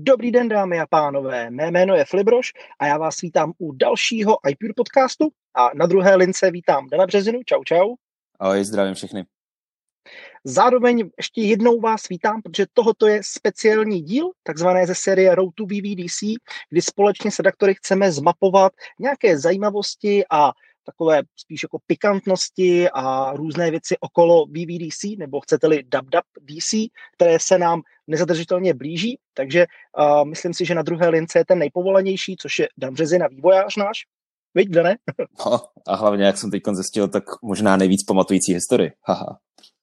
Dobrý den, dámy a pánové, mé jméno je Filibroš a já vás vítám u dalšího iPure podcastu a na druhé lince vítám Dana Březinu. Čau, čau. Ahoj, zdravím všechny. Zároveň ještě jednou vás vítám, protože tohoto je speciální díl, takzvané ze série Road to VVDC, kdy společně s redaktory chceme zmapovat nějaké zajímavosti a takové spíš jako pikantnosti a různé věci okolo VVDC, nebo chcete-li WWDC, které se nám nezadržitelně blíží. Takže myslím si, že na druhé lince je ten nejpovolanější, což je Dan Březina, vývojář náš. Víš, Dane? No, a hlavně, jak jsem teď zjistil, tak možná nejvíc pamatující historii. Haha.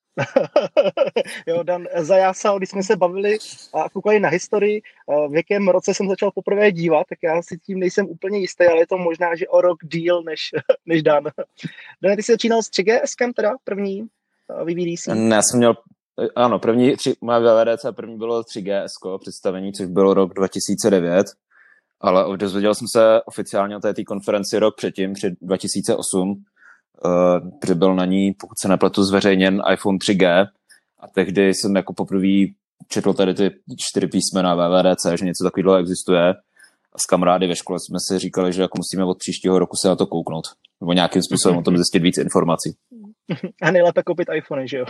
Jo, Dan zajásal, když jsme se bavili a koukali na historii, v jakém roce jsem začal poprvé dívat, tak já si tím nejsem úplně jistý, ale je to možná, že o rok díl než Dan. Dan, ty jsi začínal s 3GS-kem teda, první VVDC? Ne, já jsem měl, ano, moje VVDC první bylo 3GS představení, což bylo rok 2009, ale dozvěděl jsem se oficiálně o té konferenci rok předtím, před 2008, protože byl na ní, pokud se nepletu, zveřejněn iPhone 3G a tehdy jsem jako poprvé četl tady ty 4 písmena VVDC, že něco takového existuje a s kamarády ve škole jsme si říkali, že jako musíme od příštího roku se na to kouknout nebo nějakým způsobem o tom zjistit víc informací. A nejlépe koupit iPhone, že jo?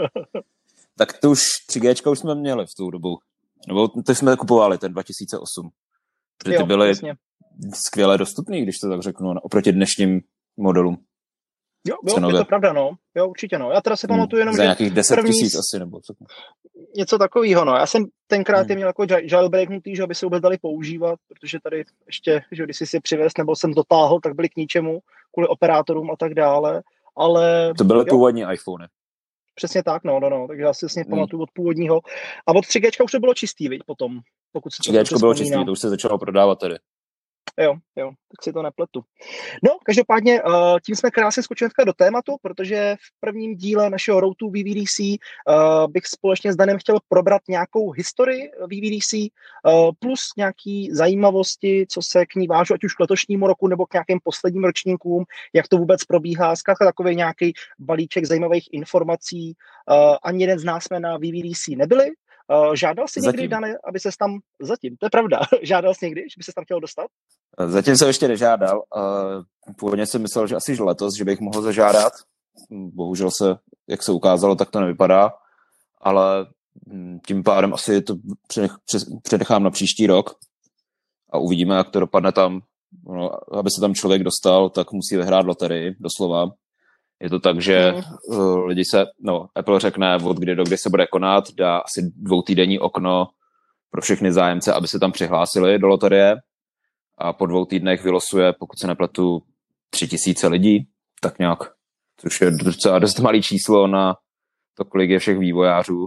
Tak to už 3G už jsme měli v tu dobu. Nebo to jsme kupovali ten 2008. Protože ty byly skvěle dostupný, když to tak řeknu, oproti dnešním modelům. Jo, je to pravda, no. Jo, určitě, no. Já teda si pamatuju jenom, za nějakých 10 000 asi, nebo co. Něco takového, no. Já jsem tenkrát je měl jako jailbreaknutý, že aby se vůbec dali používat, protože tady ještě, že když si přivez nebo jsem dotáhl, tak byly k ničemu, kvůli operátorům a tak dále, ale... To byly původní iPhony. Přesně tak, no. Takže já si vlastně pamatuju od původního. A od 3G už to bylo čistý, viď, potom, pokud se 3G bylo čistý, to už se začalo prodávat tady. Jo, tak si to nepletu. No, každopádně tím jsme krásně skočili do tématu, protože v prvním díle našeho Road to VVDC bych společně s Danem chtěl probrat nějakou historii VVDC plus nějaký zajímavosti, co se k ní vážu, ať už k letošnímu roku nebo k nějakým posledním ročníkům, jak to vůbec probíhá, zkrátka takový nějaký balíček zajímavých informací. Ani jeden z nás jsme na VVDC nebyli. Žádal jsi někdy, Dane, aby ses tam... Zatím, to je pravda. Žádal jsi někdy, že by se tam chtěl dostat? Zatím jsem ještě nežádal. Původně jsem myslel, že asi letos, že bych mohl zažádat. Bohužel se, jak se ukázalo, tak to nevypadá. Ale tím pádem asi to přenechám na příští rok a uvidíme, jak to dopadne tam. No, aby se tam člověk dostal, tak musí vyhrát loterii, doslova. Je to tak, že lidi Apple řekne, od kdy do kdy se bude konat, dá asi 2týdenní okno pro všechny zájemce, aby se tam přihlásili do loterie a po 2 týdnech vylosuje, pokud se nepletu, 3000 lidí, tak nějak, což je docela dost malý číslo na to, kolik je všech vývojářů.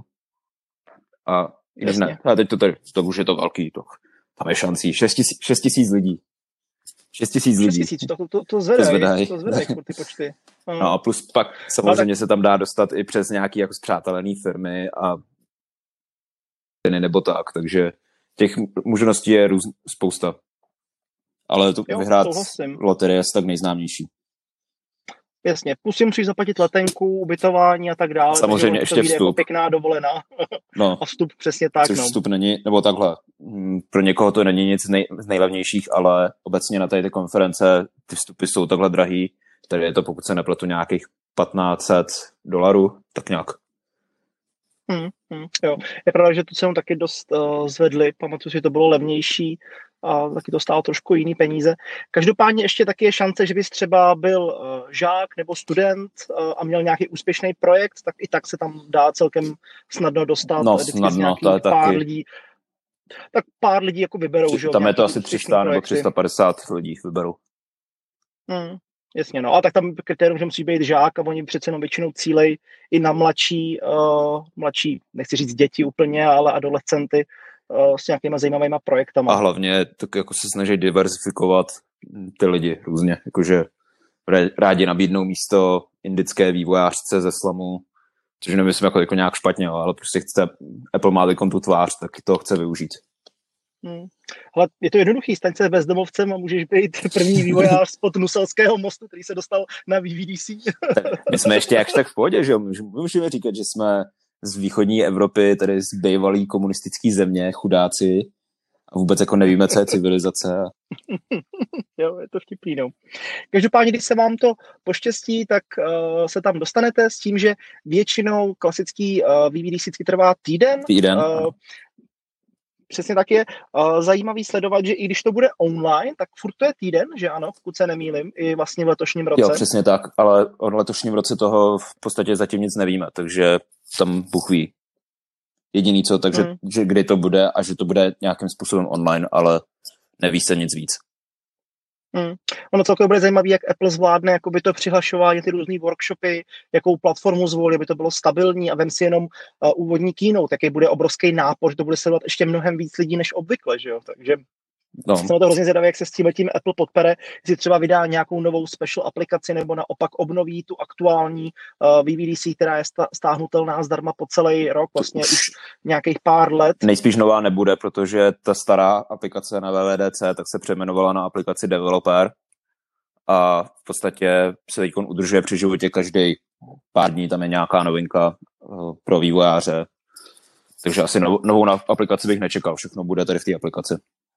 A teď to už je to velký, tam je šancí, 6 000 lidí. 6 000 lidí. 6 000, to zvedají ty počty. No a plus pak samozřejmě se tam dá dostat i přes nějaký jako spřátelený firmy a nebo tak, takže těch možností je spousta. Ale to vyhrát loterie je tak nejznámější. Jasně, plus si musíš zaplatit letenku, ubytování a tak dále. Samozřejmě ještě vstup. Jako pěkná dovolená. No, a vstup přesně tak. Což vstup není, nebo takhle. Pro někoho to není nic z nejlevnějších, ale obecně na ty konference ty vstupy jsou takhle drahý. Tady je to, pokud se nepletu, nějakých $1500, tak nějak. Jo. Je pravda, že tu cenu taky dost zvedli. Pamatuju si, že to bylo levnější a taky to stálo trošku jiný peníze. Každopádně ještě taky je šance, že bys třeba byl žák nebo student a měl nějaký úspěšný projekt, tak i tak se tam dá celkem snadno dostat. No snadno, to je pár taky. Lidí. Tak pár lidí jako vyberou. Že? Tam je to asi 300 nebo 350 lidí vyberou. Jasně, no. A tak tam kritérium, že musí být žák a oni přece jenom většinou cílej i na mladší, nechci říct děti úplně, ale adolescenty s nějakýma zajímavýma projektama. A hlavně tak jako se snaží diverzifikovat ty lidi různě, jakože rádi nabídnou místo indické vývojářce ze slamu, což nemyslím jako nějak špatně, ale prostě Apple má tu tvář, tak to chce využít. Ale je to jednoduchý, staň se bezdomovcem a můžeš být první vývojář spod Nuselského mostu, který se dostal na VVDC. My jsme ještě jakž tak v pohodě, že jo? Můžeme říkat, že jsme z východní Evropy, tedy z bývalý komunistický země, chudáci, a vůbec jako nevíme, co je civilizace. Jo, je to vtipný, no. Každopádně, když se vám to poštěstí, tak se tam dostanete s tím, že většinou klasický VVDC trvá týden. Přesně tak je zajímavý sledovat, že i když to bude online, tak furt to je týden, že ano, pokud se nemýlim, i vlastně v letošním roce. Jo, přesně tak, ale o letošním roce toho v podstatě zatím nic nevíme, takže tam Bůh ví. Jediný co, takže že kdy to bude a že to bude nějakým způsobem online, ale neví se nic víc. Ono celkově bude zajímavé, jak Apple zvládne jakoby to přihlašování, ty různý workshopy, jakou platformu zvolí, aby to bylo stabilní a vem si jenom úvodní keynote, jaký bude obrovský nápor, že to bude sledovat ještě mnohem víc lidí než obvykle, že jo, takže jsem to hrozně zvědavý, jak se s tím Apple podpere, jestli třeba vydá nějakou novou special aplikaci nebo naopak obnoví tu aktuální VVDC, která je stáhnutelná zdarma po celý rok, vlastně už nějakých pár let. Nejspíš nová nebude, protože ta stará aplikace na VVDC tak se přejmenovala na aplikaci Developer a v podstatě se teď udržuje při životě každý pár dní, tam je nějaká novinka pro vývojáře. Takže asi novou aplikaci bych nečekal, všechno bude tady v té aplikaci.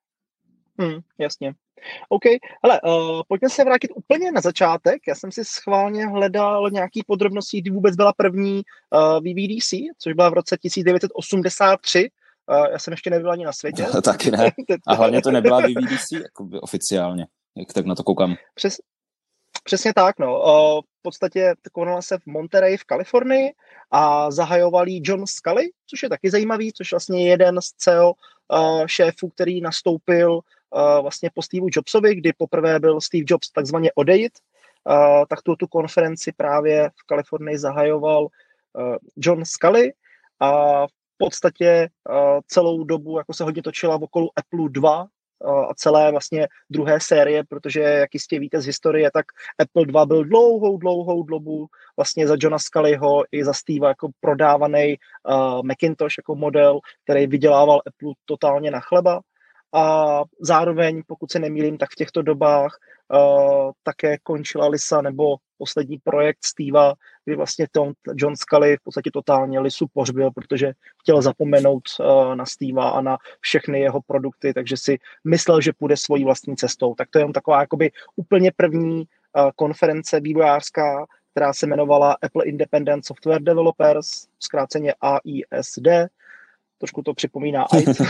Jasně. OK, hele, pojďme se vrátit úplně na začátek. Já jsem si schválně hledal nějaký podrobnosti, kdy vůbec byla první VVDC, což byla v roce 1983. Já jsem ještě nebyl ani na světě. Taky ne. A hlavně to nebyla VVDC jakoby oficiálně, jak tak na to koukám. Přesně tak, no. V podstatě konala se v Monterey v Kalifornii a zahajoval jí John Scully, což je taky zajímavý, což vlastně je jeden z CEO šéfů, který nastoupil vlastně po Steve Jobsovi, kdy poprvé byl Steve Jobs takzvaně odejít, tak tu konferenci právě v Kalifornii zahajoval John Scully a v podstatě celou dobu jako se hodně točila okolo Apple 2 a celé vlastně druhé série, protože jak jistě víte z historie, tak Apple 2 byl dlouhou dobu vlastně za Johna Scullyho i za Steva jako prodávaný Macintosh jako model, který vydělával Apple totálně na chleba. A zároveň, pokud se nemýlím, tak v těchto dobách také končila Lisa nebo poslední projekt Steva, kdy vlastně John Scully v podstatě totálně Lisu pohřbil, protože chtěl zapomenout na Steva a na všechny jeho produkty, takže si myslel, že půjde svojí vlastní cestou. Tak to je jen taková jakoby úplně první konference vývojářská, která se jmenovala Apple Independent Software Developers, zkráceně AISD. Trošku to připomíná AIDS.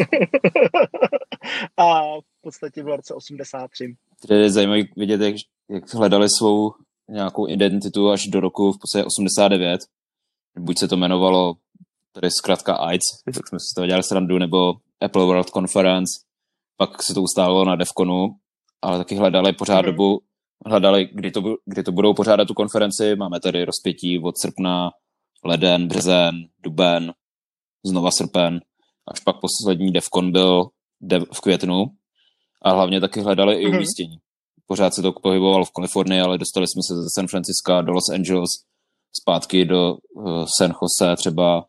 A v podstatě v roce 83. Tedy je zajímavé vidět, jak hledali svou nějakou identitu až do roku v podstatě 89. Buď se to jmenovalo tady zkrátka AIDS, tak jsme si to dělali srandu, nebo Apple World Conference, pak se to ustálilo na DevConu, ale taky hledali pořád dobu, kdy to budou pořádat tu konferenci. Máme tady rozpětí od srpna, leden, březen, duben, znova srpen, až pak poslední DevCon byl v květnu a hlavně taky hledali i umístění. Pořád se to pohybovalo v Kalifornii, ale dostali jsme se ze San Francisca do Los Angeles, zpátky do San Jose třeba.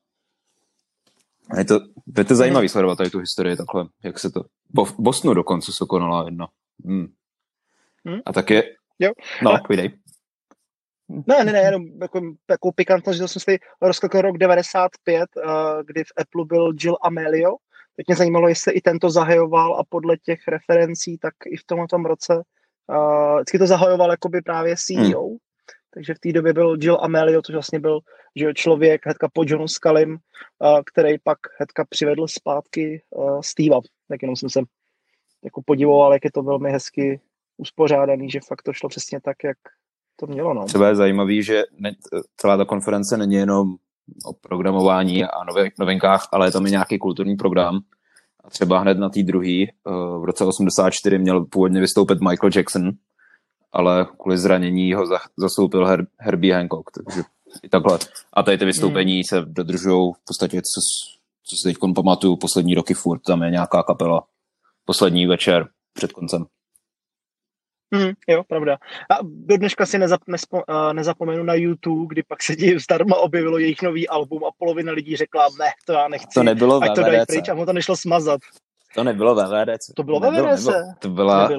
Je to zajímavý sledovat tady tu historii takhle, jak se to... V Bostonu dokonce se konala jedna. A taky... Jo. No, povídej. Ne, jenom jako pikantnost, že jsem si rozklikl rok 95, kdy v Apple byl Jill Amelio. Teď mě zajímalo, jestli i tento zahajoval a podle těch referencí, tak i v tomto roce vždycky to zahajoval jakoby právě CEO. Takže v té době byl Jill Amelio, což vlastně byl člověk hnedka po Johnu Scullym, který pak hnedka přivedl zpátky Steva. Tak jenom jsem se jako podivoval, jak je to velmi hezky uspořádaný, že fakt to šlo přesně tak, jak to mělo. No. Třeba je zajímavý, že celá ta konference není jenom o programování a novinkách, ale je tam i nějaký kulturní program. A třeba hned na té druhé v roce 84 měl původně vystoupit Michael Jackson, ale kvůli zranění ho zastoupil Herbie Hancock. Takže i takhle. A tady ty vystoupení se dodržují v podstatě, co si teď pamatuju, poslední roky furt. Tam je nějaká kapela. Poslední večer před koncem. Jo, pravda. A do dneška si nezapomenu na YouTube, kdy pak se zdarma objevilo jejich nový album a polovina lidí řekla, ne, to já nechci. To nebylo ať to dají pryč a mu to nešlo smazat. To nebylo VVDC. To bylo VVDC? To byla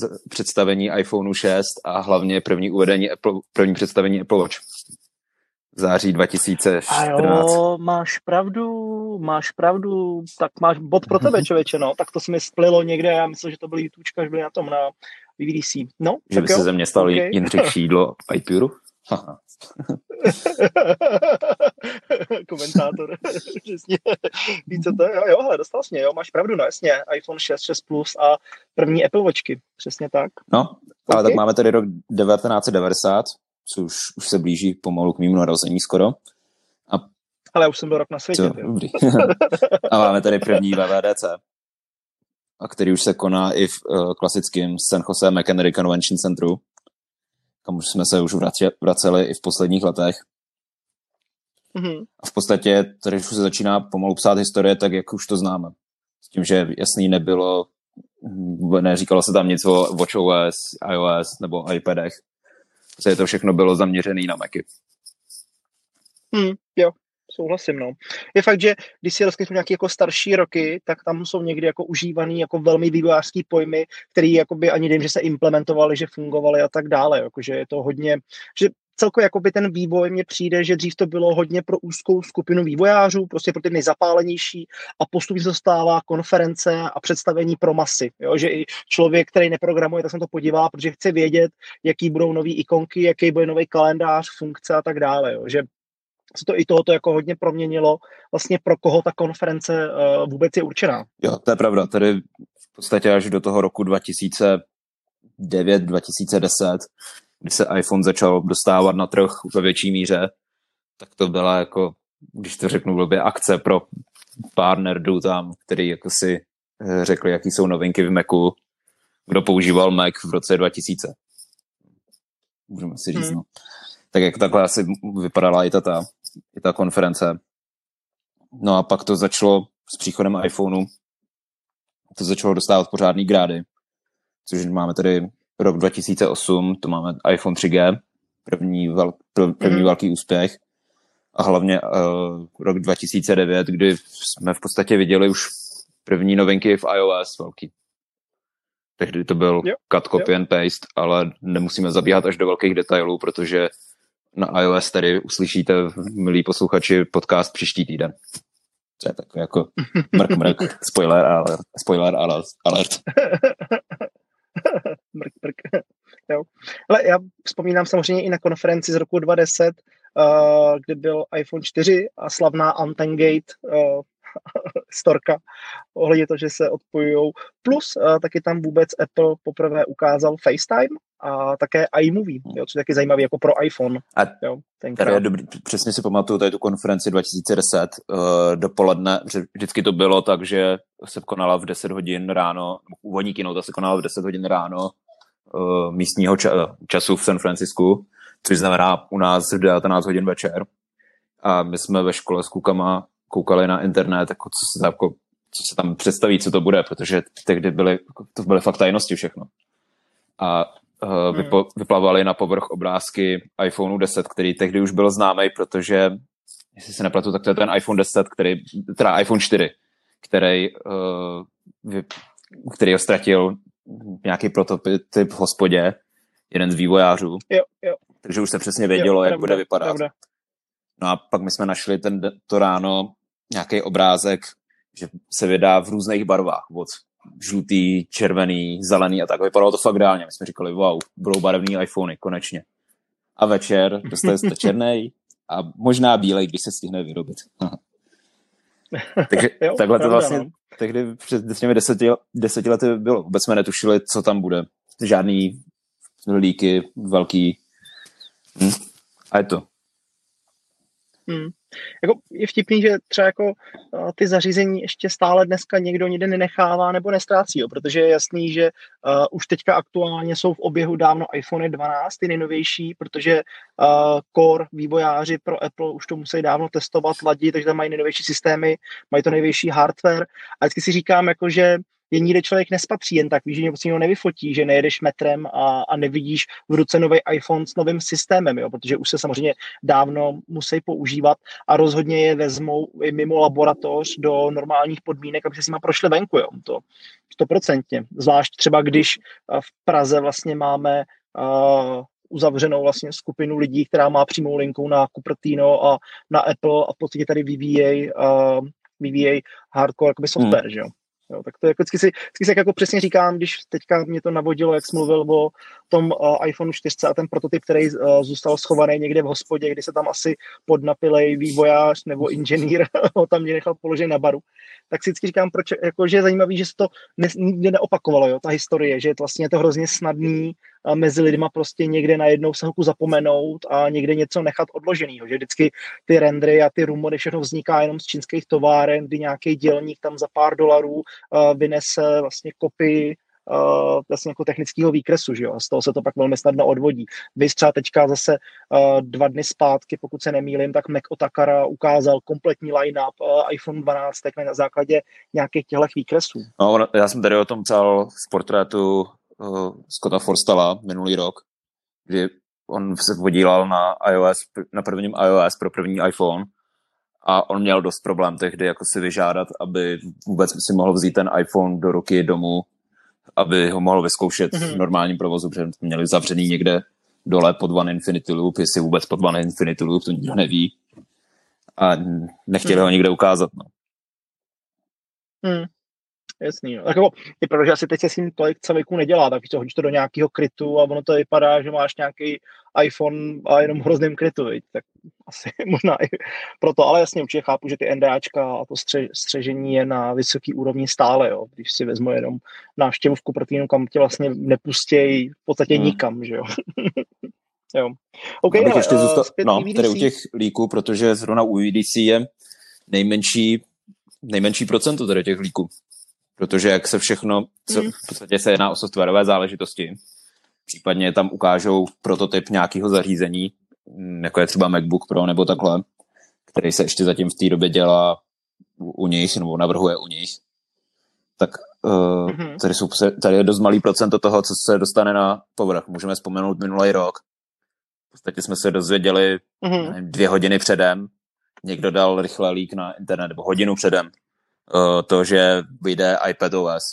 představení iPhoneu 6 a hlavně první představení Apple Watch. září A 2014. jo, máš pravdu, tak máš bod pro tebe, člověče, no, tak to se mi splilo někde, já myslel, že to byly YouTubečka, že byly na tom, na VVDC. No, Že tak by se jo, ze mě stal okay. Jindřich Šídlo iPuru? Komentátor, přesně. Víc co to je, jo, hele, dostal jsi mě, jo, máš pravdu, no jasně, iPhone 6, 6 Plus a první Apple Watchky, přesně tak. No, ale tak máme tady rok 1990, což už se blíží pomalu k mému narození skoro. Ale já už jsem byl rok na světě. Dobrý. A máme tady první WWDC, a který už se koná i v klasickém San Jose McHenry Convention Centru, kam už jsme se už vraceli i v posledních letech. Mm-hmm. A v podstatě tady už se začíná pomalu psát historie, tak jak už to známe. S tím, že jasný neříkalo se tam nic o WatchOS, iOS nebo iPadech. Protože to všechno bylo zaměřené na Macy. Jo, souhlasím, no. Je fakt, že když si rozkrytu nějaké jako starší roky, tak tam jsou někdy jako užívaný jako velmi vývojářský pojmy, který jakoby ani nevím, že se implementovaly, že fungovaly a tak dále. Jakože je to hodně, že celkově jakoby ten vývoj mně přijde, že dřív to bylo hodně pro úzkou skupinu vývojářů, prostě pro ty nejzapálenější a postupně se stává konference a představení pro masy. Jo? Že i člověk, který neprogramuje, tak se to podívá, protože chce vědět, jaký budou nový ikonky, jaký bude nový kalendář, funkce a tak dále. Jo? Že se to i tohoto jako hodně proměnilo, vlastně pro koho ta konference vůbec je určená. Jo, to je pravda. Tady v podstatě až do toho roku 2009-2010, kdy se iPhone začal dostávat na trh ve větší míře, tak to byla jako, když to řeknu blbě, akce pro pár nerdů tam, který jako si řekli, jaký jsou novinky v Macu, kdo používal Mac v roce 2000. Můžeme si říct, no. Tak jak takhle asi vypadala i ta konference. No a pak to začalo s příchodem iPhoneu, to začalo dostávat pořádný grády, což máme tady rok 2008, to máme iPhone 3G, první velký úspěch, a hlavně rok 2009, kdy jsme v podstatě viděli už první novinky v iOS velký. Tehdy to byl cut, copy and paste, ale nemusíme zabíhat až do velkých detailů, protože na iOS tady uslyšíte, milí posluchači, podcast příští týden. To je takový jako mrk, spoiler alert. Mrk. Jo. Ale já vzpomínám samozřejmě i na konferenci z roku 2010, kdy byl iPhone 4 a slavná Antengate storka ohledně to, že se odpojujou. Plus taky tam vůbec Apple poprvé ukázal FaceTime a také iMovie, jo, což je taky zajímavý jako pro iPhone. A jo, tady je dobrý, přesně si pamatuju tady tu konferenci 2010 dopoledne, že vždycky to bylo tak, že se konala v 10 hodin ráno, úvodní keynote se konala v 10 hodin ráno místního času v San Francisku, což znamená u nás v 19 hodin večer. A my jsme ve škole s klukama koukali na internet, jako co se tam představí, co to bude, protože tehdy to byly fakt tajnosti všechno. A vyplavaly na povrch obrázky iPhoneu 10, který tehdy už byl známý, protože, jestli se nepletu, tak to je ten iPhone 10, teda iPhone 4, který ho ztratil nějaký prototyp v hospodě, jeden z vývojářů. Jo. Takže už se přesně vědělo, jak bude vypadat. Pravda. No a pak my jsme našli to ráno nějaký obrázek, že se vydá v různých barvách, od žlutý, červený, zelený a tak. Vypadalo to fakt reálně. My jsme říkali, wow, budou barevný iPhony, konečně. A večer dostali jste černej a možná bílej, když se stihne vyrobit. Takže jo, takhle to vlastně tehdy před těmi 10 lety bylo. Vůbec jsme netušili, co tam bude. Žádný líky velký. A je to. Jako je vtipný, že třeba jako ty zařízení ještě stále dneska někdo nikde nenechává nebo nestrácí, jo, protože je jasný, že už teďka aktuálně jsou v oběhu dávno iPhone 12, ty nejnovější, protože core vývojáři pro Apple už to musí dávno testovat, ladit, takže tam mají nejnovější systémy, mají to nejnovější hardware a vždycky si říkám, jako, že je nikde člověk nespatří jen tak, víš, že prostě ho nevyfotí, že nejedeš metrem a nevidíš v ruce nový iPhone s novým systémem, jo, protože už se samozřejmě dávno musí používat a rozhodně je vezmou i mimo laboratoř do normálních podmínek, aby se s nima prošli venku, jo, to 100%. Zvlášť třeba, když v Praze vlastně máme uzavřenou vlastně skupinu lidí, která má přímou linku na Cupertino a na Apple a v podstatě tady vyvíjejí hardcore jakoby software, že jo. Jo, tak to jako vždycky si jako přesně říkám, když teďka mě to navodilo, jak jsi mluvil o tom iPhone 4 a ten prototyp, který zůstal schovaný někde v hospodě, kdy se tam asi podnapilej vývojář nebo inženýr ho tam nechal položit na baru, tak si vždycky říkám, proč, jako, že je zajímavý, že se to nikdy neopakovalo, jo, ta historie, že vlastně je to hrozně snadný mezi lidma prostě někde najednou se hoku zapomenout a někde něco nechat odloženýho, že vždycky ty rendery a ty rumory všechno vzniká jenom z čínských továren, kdy nějaký dělník tam za pár dolarů vynese vlastně kopii vlastně jako technického výkresu, že jo? Z toho se to pak velmi snadno odvodí. Vy třeba teďka zase 2 dny zpátky, pokud se nemýlím, tak Mac Otakara ukázal kompletní line-up iPhone 12 na základě nějakých těchto výkresů. No, já jsem tady o tom psal z portrétu Scotta Forstalla minulý rok, kdy on se podílel na prvním iOS pro první iPhone a on měl dost problém tehdy jako si vyžádat, aby vůbec si mohl vzít ten iPhone do ruky domů, aby ho mohl vyzkoušet v normálním provozu, protože měli zavřený někde dole pod One Infinity Loop, jestli vůbec pod One Infinity Loop, to nikdo neví. A nechtěli ho nikde ukázat. No. Jasný, no. Tak jako, je pravda, že asi teď se s tím tolik celíků nedělá, tak to hodíš to do nějakého krytu a ono to vypadá, že máš nějaký iPhone a jenom v hrozném krytu, viď? Tak asi možná i proto, ale jasně určitě chápu, že ty NDAčka a to střežení je na vysoký úrovni stále, jo. Když si vezmu jenom návštěvu v Cupertinu, kam tě vlastně nepustějí v podstatě nikam, že jo. Jo. Okay, abych ještě zůstal, tady u těch líků, protože zrovna u EDC je nejmenší procento tady těch líků. Protože jak se všechno, v podstatě se jedná o softwarové záležitosti, případně tam ukážou prototyp nějakého zařízení, jako je třeba MacBook Pro nebo takhle, který se ještě zatím v té době dělá u nich, nebo navrhuje u nich, tak tady je dost malý procento toho, co se dostane na povrch. Můžeme vzpomenout minulý rok. V podstatě jsme se dozvěděli 2 hodiny předem, někdo dal rychle leak na internet, nebo hodinu předem, to, že vyjde iPadOS.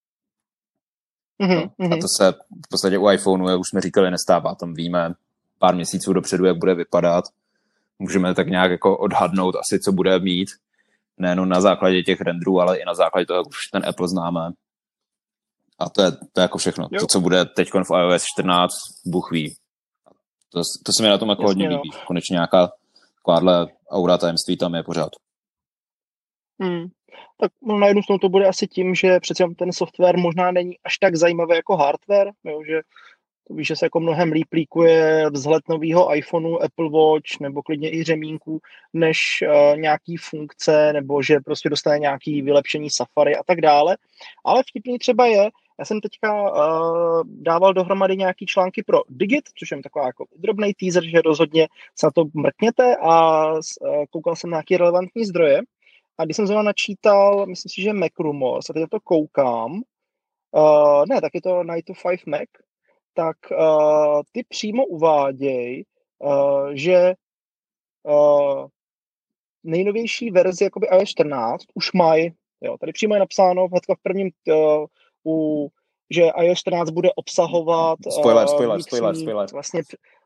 A to se v podstatě u iPhoneu, jak už jsme říkali, nestává. Tam víme pár měsíců dopředu, jak bude vypadat. Můžeme tak nějak jako odhadnout asi, co bude mít. Nejenom na základě těch renderů, ale i na základě toho, jak už ten Apple známe. A to je jako všechno. Jo. To, co bude teď v iOS 14, Bůh ví. To se mi na tom jako hodně líbí. Konečně nějaká takováhle aura tajemství tam je pořád. Tak na jednu stranu to bude asi tím, že přece ten software možná není až tak zajímavý jako hardware, jo, že to víš, že se jako mnohem líp líkuje vzhled nového iPhoneu, Apple Watch nebo klidně i řemínku, než nějaký funkce, nebo že prostě dostane nějaký vylepšení Safari a tak dále. Ale vtipný třeba je, já jsem teďka dával dohromady nějaký články pro Digit, což je taková jako drobný teaser, že rozhodně se na to mrkněte a koukal jsem na nějaké relevantní zdroje. A když jsem zrovna načítal, myslím si, že Mac Rumors, a teď to koukám, tak je to Night to 5 Mac, tak ty přímo uvádějí, že nejnovější verzi jakoby iOS 14 už mají, jo, tady přímo je napsáno v prvním, že iOS 14 bude obsahovat... Spoiler. Vlastně...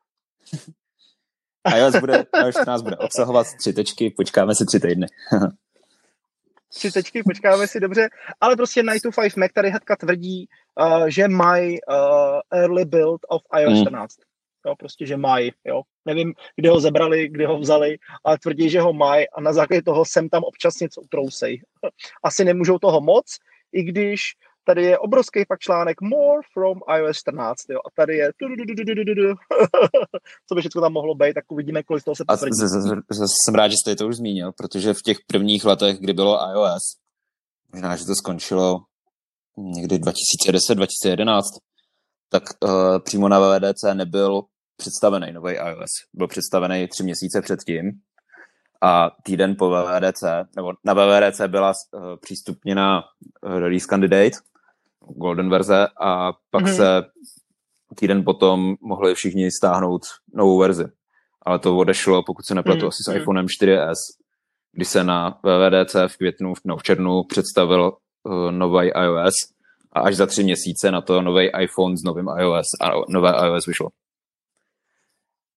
iOS 14 bude obsahovat 3 tečky, počkáme si 3 týdny. 3 tečky, počkáme si dobře, ale prostě Night to 5 Mac tady hnedka tvrdí, že mají early build of iOS 14. Jo, prostě, že mají, jo. Nevím, kde ho zebrali, kde ho vzali, ale tvrdí, že ho mají a na základě toho sem tam občas něco utrousej. Asi nemůžou toho moc, i když tady je obrovský fakt článek More from iOS 14, jo, a tady je co by všechno tam mohlo být, tak uvidíme, kolik z toho se potvrdí. Jsem rád, že jste to už zmínil, protože v těch prvních letech, kdy bylo iOS, možná, že to skončilo někdy 2010-2011, tak přímo na WWDC nebyl představený nový iOS. Byl představený 3 měsíce předtím a týden po WWDC, nebo na WWDC byla přístupněna release candidate, golden verze, a pak se týden potom mohli všichni stáhnout novou verzi. Ale to odešlo, pokud se nepletu, asi s iPhonem 4S, kdy se na WWDC v červnu představil nový iOS a až za 3 měsíce na to nový iPhone s novým iOS a nové iOS vyšlo.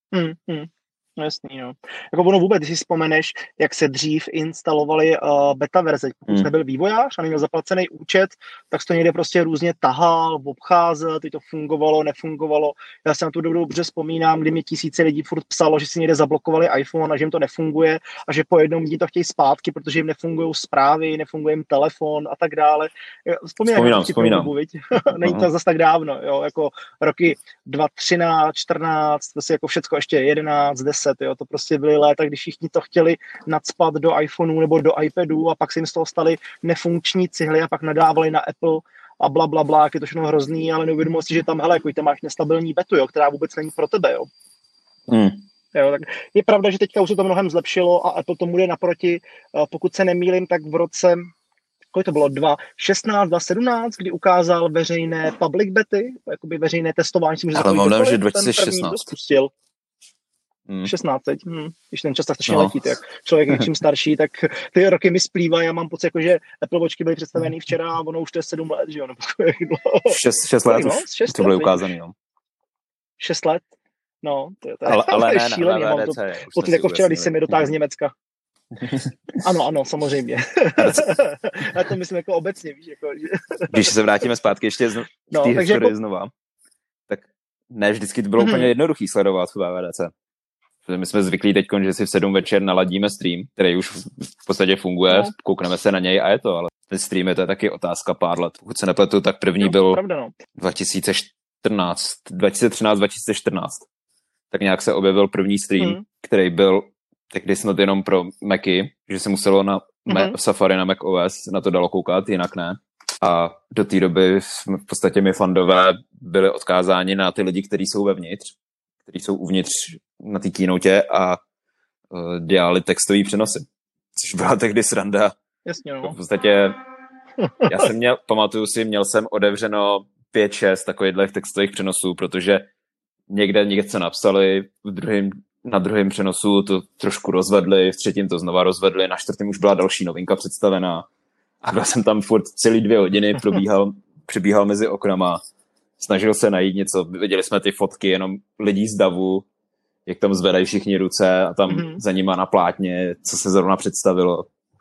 No jasný, no. Jako ono vůbec, když si vzpomeneš, jak se dřív instalovaly beta verze, pokud jsi nebyl vývojář a neměl zaplacený účet, tak jsi to někde prostě různě tahal, obcházel, teď to fungovalo, nefungovalo. Já si na tu dobu dobře vzpomínám, kdy mi tisíce lidí furt psalo, že si někde zablokovali iPhone a že jim to nefunguje a že po jednom dní to chtějí zpátky, protože jim nefungují zprávy, nefunguje jim telefon a tak dále. Vzpomínám. Dobu, není to zase tak dávno, jo, jako roky 2013, 14, vlastně jako všecko ještě 11, 10, jo, to prostě byly léta, když všichni to chtěli nacpat do iPhoneu nebo do iPadů a pak se jim z toho staly nefunkční cihly a pak nadávali na Apple a bla, bla, bla, jak je to všechno hrozný, ale neuvědomil si, že tam, hele, jako tam máš nestabilní betu, jo, která vůbec není pro tebe, jo. Jo, tak je pravda, že teďka už se to mnohem zlepšilo a Apple tomu jde naproti, pokud se nemýlím, tak v roce kolik to bylo, 2016, 2017, kdy ukázal veřejné public bety, jakoby veřejné testování. Ale mám že 2016. 16 teď. Když ten čas tak strašně letí, tak člověk je čím starší, tak ty roky mi splývají. Já mám pocit, jako, že Apple Watchky byly představený včera a ono už to je 7 let, že jo? Nebo 6 let už to bylo ukázaný, no. 6 let? No, to je ale šílený. Já mám to pocit, jako včera, když se mi dotáhl z Německa. Ano, samozřejmě. Já to myslím jako obecně, víš, jako, že... Když se vrátíme zpátky ještě v té historii znova, tak ne vždycky to bylo úplně jednoduchý sledovat v VVDC. My jsme zvyklí teď, že si v 7 večer naladíme stream, který už v podstatě funguje, koukneme se na něj a je to, ale ten stream to je taky otázka pár let. Pokud se nepletu, tak první byl 2013-2014. Tak nějak se objevil první stream, který byl tehdy snad jenom pro Macy, že se muselo na Safari na Mac OS na to dalo koukat, jinak ne. A do té doby jsme v podstatě my fandové byli odkázáni na ty lidi, kteří jsou vevnitř, kteří jsou uvnitř na té keynote a dělali textové přenosy. Což byla tehdy sranda. Jasně, no. V podstatě já jsem měl jsem otevřeno 5-6 takových textových přenosů, protože někde něco napsali, na druhém přenosu to trošku rozvedli, v třetím to znova rozvedli, na čtvrtém už byla další novinka představená. A byl jsem tam furt celý 2 hodiny, přibíhal mezi oknama, snažil se najít něco, viděli jsme ty fotky jenom lidí z davu, jak tam zvedají všichni ruce a tam za nima na plátně, co se zrovna představilo.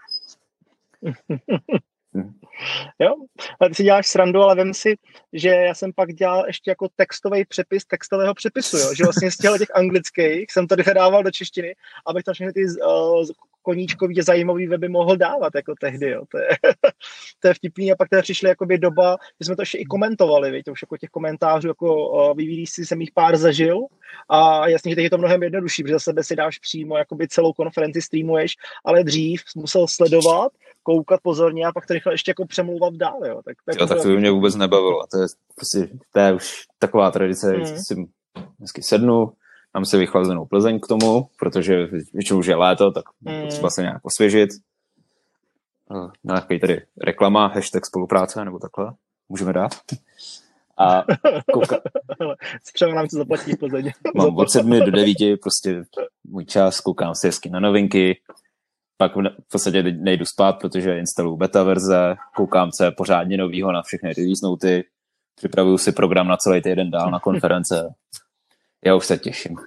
Jo, ale ty si děláš srandu, ale vem si, že já jsem pak dělal ještě jako textový přepis textového přepisu, jo? Že vlastně z těch anglických jsem to vyhledával do češtiny, abych tam všechny ty koníčkový zajímavý weby mohl dávat jako tehdy, jo. To je vtipný a pak teda přišly jakoby doba, že jsme to ještě i komentovali, víte, už jako těch komentářů jako VVDC jsem jich pár zažil a jasně, že teď je to mnohem jednodušší, protože za sebe si dáš přímo jakoby celou konferenci streamuješ, ale dřív musel sledovat, koukat pozorně a pak to rychle ještě jako přemlouvat dál, jo. Tak to by mě vůbec nebavilo. To je už taková tradice, že si dnesky sednu, mám si vychlazenou Plzeň k tomu, protože většinou už je léto, tak třeba se nějak osvěžit. Nějaký tady reklama, hashtag spolupráce, nebo takhle. Můžeme dát. A třeba nám to zaplatí v Plzeň. Mám od 7 do 9 prostě můj čas, koukám si hezky na novinky, pak v podstatě nejdu spát, protože instaluju beta verze, koukám se pořádně novýho na všechny release noty, připravuju si program na celý týden dál na konference. Já už se těším.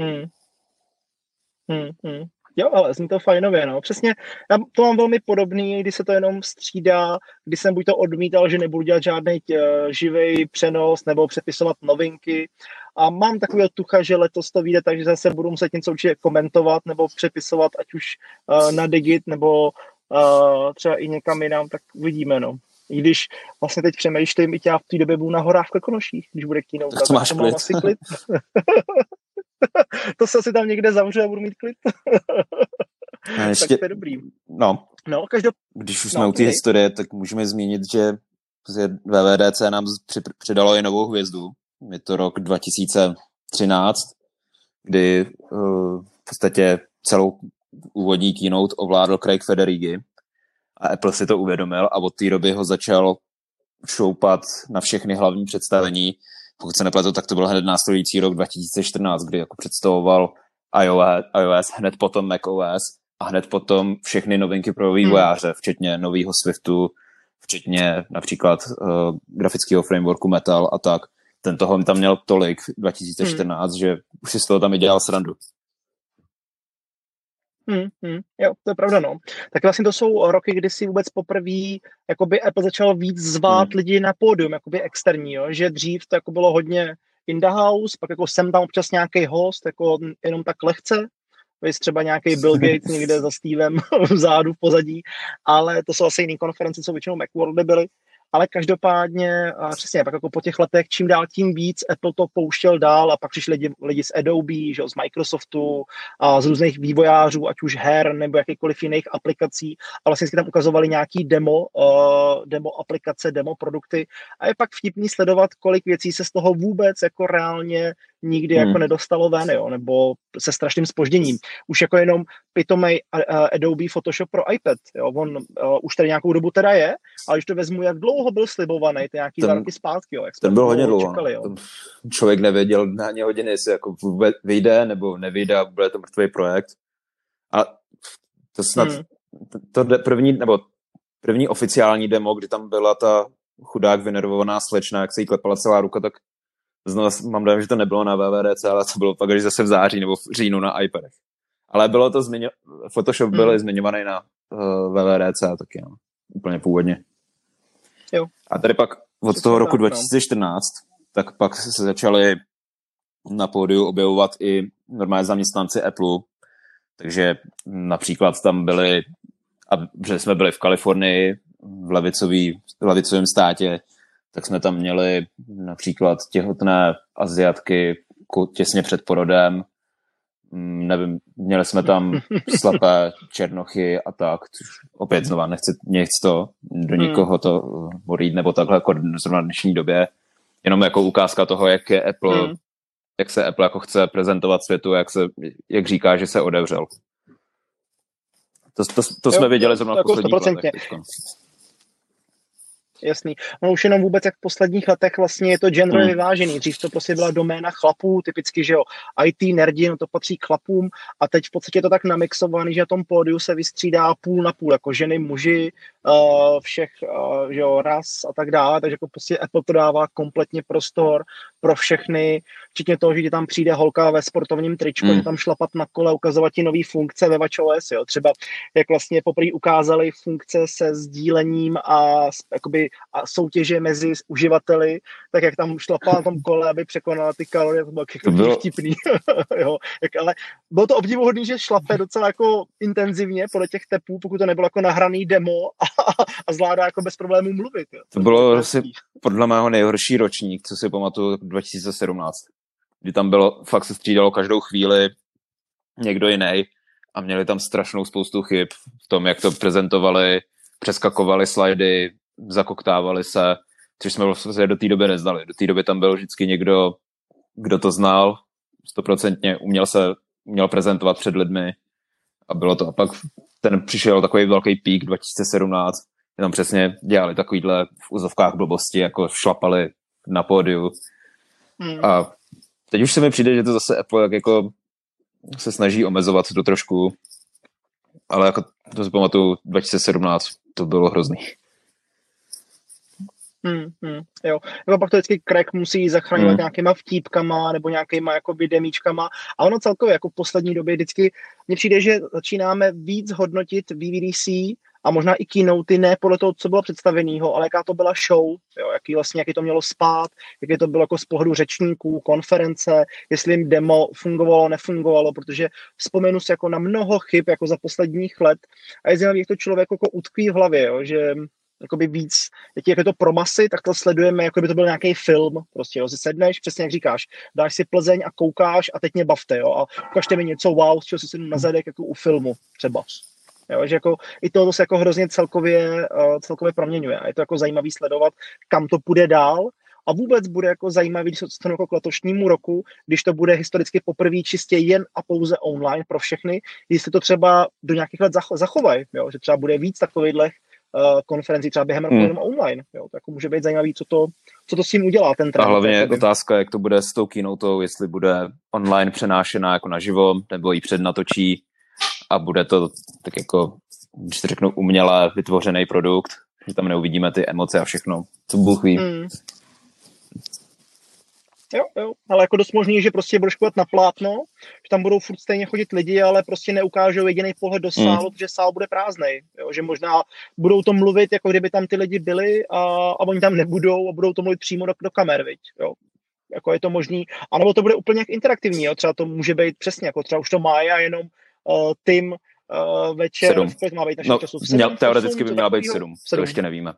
Jo, ale zní to fajnově, no. Přesně, já to mám velmi podobný, kdy se to jenom střídá, kdy jsem buď to odmítal, že nebudu dělat žádný živý přenos nebo přepisovat novinky a mám takový tucha, že letos to vyjde, takže zase budu muset něco určitě komentovat nebo přepisovat, ať už na Digit nebo třeba i někam jinam, tak uvidíme, no. I když vlastně teď přemýšlím, i já v té době budu na horách v Krkonoších, když bude keynote, tak to máš klid. Asi klid. To se asi tam někde zavřu a budu mít klid. Ještě, tak to je dobrý. No, když už jsme u té historie, tak můžeme zmínit, že VVDC nám přidalo i novou hvězdu. Je to rok 2013, kdy v podstatě celou úvodní keynote ovládl Craig Federighi a Apple si to uvědomil a od té doby ho začal šoupat na všechny hlavní představení. Pokud se nepletu, tak to byl hned následující rok 2014, kdy jako představoval iOS, hned potom macOS a hned potom všechny novinky pro vývojáře, včetně nového Swiftu, včetně například grafického frameworku Metal a tak. ten toho tam měl tolik 2014, že už si z toho tam i dělal srandu. Jo, to je pravda, no. Tak vlastně to jsou roky, kdy si vůbec poprvé jakoby Apple začal víc zvát lidi na pódium, jakoby externí, jo? Že dřív to jako bylo hodně in the house, pak jako sem tam občas nějaký host, jako jenom tak lehce, víš, třeba nějaký Bill Gates někde za Stevem vzadu v pozadí, ale to jsou asi jiný konference, co většinou Macworldy byly. Ale každopádně, přesně, pak jako po těch letech čím dál tím víc Apple to pouštěl dál a pak přišli lidi z Adobe, že z Microsoftu, a z různých vývojářů, ať už her nebo jakýkoliv jiných aplikací a vlastně tam ukazovali nějaký demo aplikace, demo produkty a je pak vtipný sledovat, kolik věcí se z toho vůbec jako reálně nikdy jako nedostalo ven, jo, nebo se strašným zpožděním. Už jako jenom pitomej Adobe Photoshop pro iPad, jo, on už tady nějakou dobu teda je, ale když to vezmu, jak dlouho byl slibovaný, to nějaký 2 roky zpátky, jo, jak ten byl hodně dlouho, čekali, jo. Člověk nevěděl na ně hodiny, jestli jako vyjde nebo nevyjde a bude to mrtvý projekt. A to snad první oficiální demo, kdy tam byla ta chudák vynervovaná slečna, jak se jí klepala celá ruka, tak znovu mám dojem, že to nebylo na WWDC, ale to bylo pak až zase v září nebo v říjnu na iPadech. Ale bylo to Photoshop byl zmiňovaný na WWDC taky, no. Úplně původně. Jo. A tady pak od toho roku 2014, tak pak se začali na pódiu objevovat i normálně zaměstnanci Apple, takže například tam byli, protože jsme byli v Kalifornii, v levicovém státě, tak jsme tam měli například těhotné Asiatky těsně před porodem, nevím, měli jsme tam slepé černochy a tak, což opět znova nechci to do nikoho to borít, nebo takhle jako zrovna v dnešní době, jenom jako ukázka toho, jak je Apple, jak se Apple jako chce prezentovat světu, jak říká, že se otevřel. To jsme viděli zrovna v posledních letech. Jasný. No už jenom vůbec jak v posledních letech vlastně je to genderově vyvážený. Dřív to prostě byla doména chlapů, typicky, že jo, IT nerdi, no to patří k chlapům a teď v podstatě je to tak namixovaný, že na tom pódiu se vystřídá půl na půl, jako ženy, muži, všech, že jo, ras a tak dále, takže jako prostě Apple to dává kompletně prostor pro všechny, včetně toho, že ti tam přijde holka ve sportovním tričku, tam šlapat na kole, ukazovat ti nový funkce ve WatchOS, jo, třeba jak vlastně poprvé ukázali funkce se sdílením a jakoby a soutěže mezi uživateli, tak jak tam šlapal na tom kole, aby překonala ty kalorie, to bylo jako vtipný. Jo, ale bylo to obdivuhodný, že šlape docela jako intenzivně podle těch tepů, pokud to nebylo jako nahraný demo a zvládá jako bez problémů mluvit. Jo. To bylo asi podle mého nejhorší ročník, co si pamatuju 2017, kdy tam bylo, fakt se střídalo každou chvíli někdo jiný a měli tam strašnou spoustu chyb v tom, jak to prezentovali, přeskakovali slajdy, zakoktávali se, což jsme vlastně do té doby neznali. Do té doby tam byl vždycky někdo, kdo to znal, 100% uměl prezentovat před lidmi a bylo to. A pak ten přišel takový velký pík 2017, kdy tam přesně dělali takovýhle v úzovkách blbosti, jako šlapali na pódiu. A teď už se mi přijde, že to zase Apple jako se snaží omezovat to trošku, ale jako to si pamatuju 2017, to bylo hrozný. Jo. Nebo pak to vždycky crack musí zachraňovat nějakýma vtípkama nebo nějakýma jakoby demíčkama a ono celkově jako v poslední době vždycky mně přijde, že začínáme víc hodnotit VVDC a možná i keynoty ne podle toho, co bylo představenýho, ale jaká to byla show, jo, jaký to mělo spát, jaké to bylo jako z pohledu řečníků, konference, jestli jim demo fungovalo, nefungovalo, protože vzpomenu si jako na mnoho chyb jako za posledních let a je zajímavé, jak to člověk jako utkví v hlavě, jo, že jakoby víc, jak je to pro masy, tak to sledujeme, jako by to byl nějaký film, prostě, jo, si sedneš, přesně jak říkáš, dáš si Plzeň a koukáš a teď mě bavte, jo, a ukažte mi něco wow, z čeho si sednu na zadek, jako u filmu, třeba. Jo, že jako i to se jako hrozně celkově proměňuje a je to jako zajímavý sledovat, kam to půjde dál a vůbec bude jako zajímavý, když se dostanu jako k letošnímu roku, když to bude historicky poprvé čistě jen a pouze online pro všechny, jestli to třeba do nějakých let zachovají, jo, že třeba bude víc takovýchhle konferenci třeba během roku online. Jo, tak může být zajímavý, co to s tím udělá ten trend. A hlavně otázka, jak to bude s tou keynotou, jestli bude online přenášená jako naživo, nebo ji přednatočí a bude to tak jako, když to řeknu, uměle vytvořený produkt, že tam neuvidíme ty emoce a všechno, co Bůh ví. Jo, ale jako dost možný, že prostě budeš koukat na plátno, že tam budou furt stejně chodit lidi, ale prostě neukážou jediný pohled do sálu, protože sál bude prázdnej. Jo? Že možná budou to mluvit, jako kdyby tam ty lidi byli a oni tam nebudou a budou to mluvit přímo do kamer, viď? Jo? Jako je to možný, anebo to bude úplně jak interaktivní, jo? Třeba to může být přesně, jako třeba už to má a jenom tým večer, 7. kolik má být No, času? 7, teoreticky 8, by měla být 7. 7, to ještě nevíme.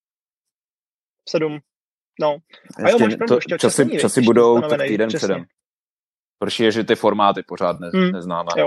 7. No. A jo, máš pravdu, časy budou tak týden přesně předem. Protože že ty formáty pořád neznáme. Jo.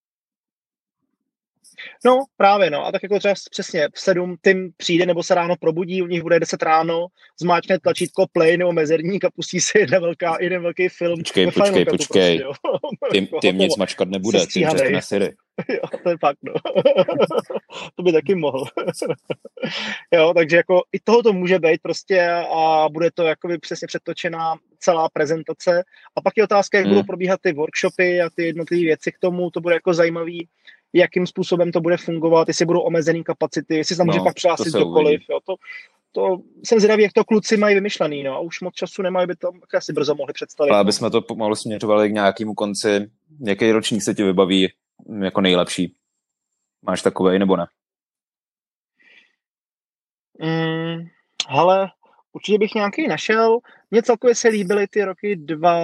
No, právě, no. A tak jako třeba přesně v 7 tým přijde nebo se ráno probudí, u nich bude 10 ráno, zmáčkne tlačítko play nebo mezerník a pustí si jeden velký film. Počkej. Prostě, tím nic mačkat nebude, tím řekne Siri. Jo, to je fakt, no. To by taky mohl. Jo, takže jako i toho to může být prostě a bude to jakoby přesně přetočená celá prezentace. A pak je otázka, jak budou probíhat ty workshopy a ty jednotlivé věci k tomu, to bude jako zajímavý, jakým způsobem to bude fungovat, jestli budou omezený kapacity, jestli se tam může pak přihlásit kdokoliv. Jo, to jsem zvědavý, jak to kluci mají vymyšlený, no a už moc času nemají, by to asi brzo mohli představit. Ale aby jsme to pomalu směřovali k nějakému konci, jaký ročník se ti vybaví jako nejlepší? Máš takovej nebo ne? Hele, určitě bych nějaký našel. Mně celkově se líbily ty roky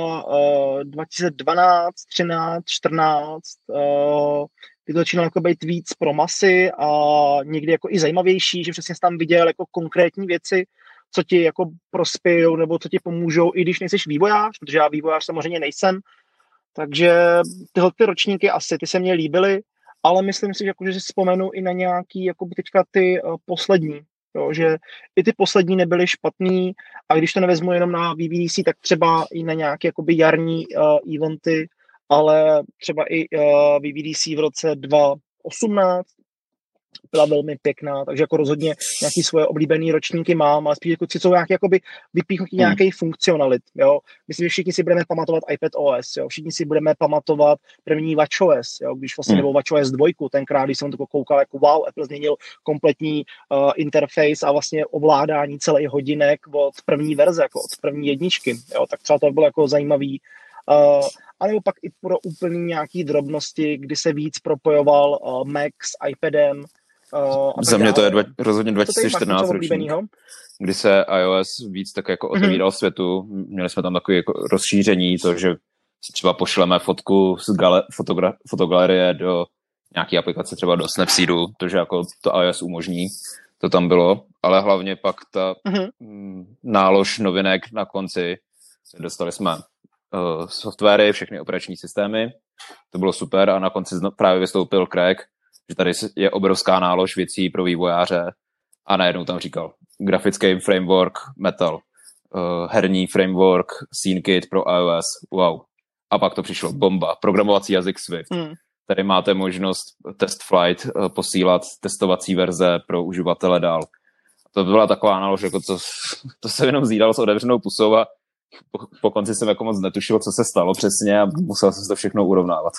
2012, 13, 14. Ty to začínalo jako být víc pro masy a někdy jako i zajímavější, že přesně jsi tam viděl jako konkrétní věci, co ti jako prospějou nebo co ti pomůžou, i když nejseš vývojář, protože já vývojář samozřejmě nejsem. Takže tyhle ty ročníky asi, ty se mně líbily, ale myslím si, že si vzpomenu i na nějaký jako teďka ty poslední. Jo, že i ty poslední nebyly špatný a když to nevezmu jenom na VVDC, tak třeba i na nějaké jakoby jarní eventy, ale třeba i VVDC v roce 2018 byla velmi pěkná, takže jako rozhodně nějaký svoje oblíbený ročníky mám, ale spíš jako jsou nějaký jakoby vypíchnutí nějaký funkcionalit, jo. Myslím, že všichni si budeme pamatovat iPad OS, jo. Všichni si budeme pamatovat první WatchOS, jo. Když vlastně nebo WatchOS 2, tenkrát, když jsem to koukal, jako wow, Apple změnil kompletní interface a vlastně ovládání celý hodinek od první verze, jako od první jedničky, jo. Tak třeba to bylo jako zajímavý. A nebo pak i pro úplný nějaký drobnosti, kdy se víc propojoval Mac s iPadem. Za mě to je rozhodně 2014 ročník, kdy se iOS víc tak jako otevíral světu. Měli jsme tam takové jako rozšíření, to, že si třeba pošleme fotku z fotogalerie do nějaké aplikace, třeba do Snapseedu, to, že jako to iOS umožní, to tam bylo, ale hlavně pak ta nálož novinek na konci, dostali jsme softwary, všechny operační systémy, to bylo super a na konci právě vystoupil Craig, že tady je obrovská nálož věcí pro vývojáře a najednou tam říkal grafický framework Metal, herní framework SceneKit pro iOS, wow. A pak to přišlo bomba, programovací jazyk Swift. Tady máte možnost test flight posílat testovací verze pro uživatele dál. To byla taková nálož, jako to se jenom zjídal s otevřenou pusou a po konci jsem jako moc netušil, co se stalo přesně a musel jsem to všechno urovnávat.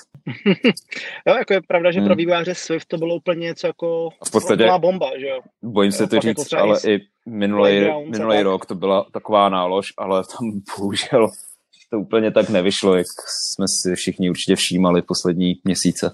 Jo, jako je pravda, že pro vývojáře Swift to bylo úplně něco jako v podstatě bomba, že jo. Bojím se to říct, jako ale i minulý rok to byla taková nálož, ale tam bohužel to úplně tak nevyšlo, jak jsme si všichni určitě všímali poslední měsíce.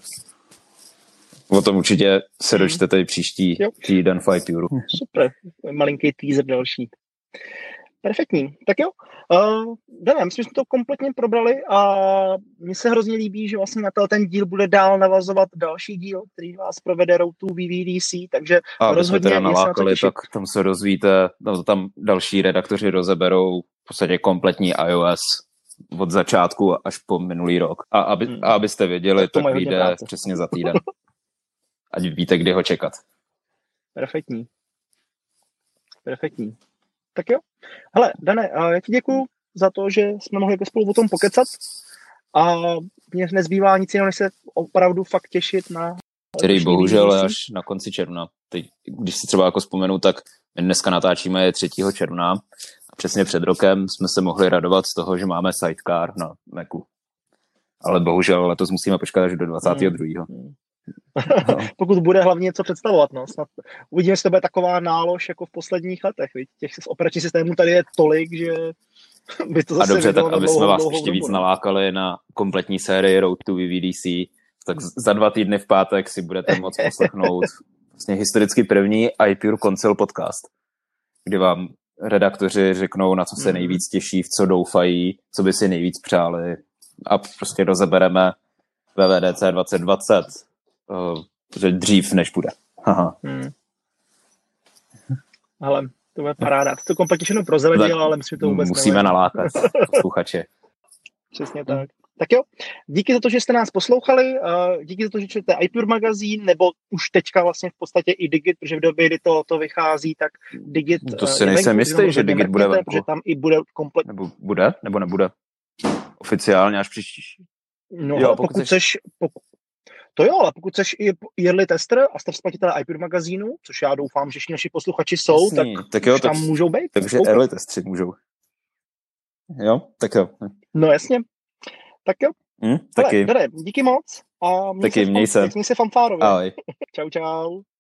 O tom určitě se dočtete příští týden 5 euro. Super, malinký teaser další. Perfektní. Tak jo, Dane, myslím, že jsme to kompletně probrali a mně se hrozně líbí, že vlastně na ten díl bude dál navazovat další díl, který vás provede Road to VVDC, takže a rozhodně teda nalákali, tak tam se rozvíjíte, tam další redaktoři rozeberou v podstatě kompletní iOS od začátku až po minulý rok. A abyste věděli, tak vyjde přesně za týden. Ať víte, kdy ho čekat. Perfektní. Tak jo. Hele, Dane, já ti děkuju za to, že jsme mohli spolu o tom pokecat a mně nezbývá nic jiného, než se opravdu fakt těšit na... Který bohužel až na konci června. Teď, když si třeba jako vzpomenu, tak my dneska natáčíme 3. června a přesně před rokem jsme se mohli radovat z toho, že máme sidecar na Macu. Ale bohužel letos musíme počkat až do 22. No. Pokud bude hlavně něco představovat. No. Snad uvidíme, jestli to bude taková nálož jako v posledních letech. Viď? Těch operačních systémů tady je tolik, že By to A zase dobře, tak vydalo na aby jsme vás dlouhou ještě dobu, víc no. nalákali na kompletní sérii Road to VVDC, tak za 2 týdny v pátek si budete moct poslechnout vlastně historicky první iPure Console podcast, kdy vám redaktoři řeknou, na co se nejvíc těší, v co doufají, co by si nejvíc přáli a prostě rozebereme VVDC 2020, protože dřív než bude. Aha. Ale to bude paráda. To kompletně všechno prozradil, ale myslím, že to vůbec musíme nalákat posluchače. Přesně tak. Tak jo, díky za to, že jste nás poslouchali, díky za to, že čtete iPure magazín, nebo už teďka vlastně v podstatě i Digit, protože v době, kdy to vychází, tak Digit to si nejsem jistý, že Digit bude venku. Protože tam i bude komplet... Nebo bude, nebo nebude? Oficiálně až příští. No, jo, pokud chceš... To jo, ale pokud jsi i yearly tester a jste splatitel iPure magazínu, což já doufám, že všichni naši posluchači jsou, jasný, tak jo, tam můžou být. Takže early testři můžou. Jo, tak jo. No jasně. Tak jo. Taky. Dore, díky moc. A měj se fanfárově. Ahoj. Čau, čau.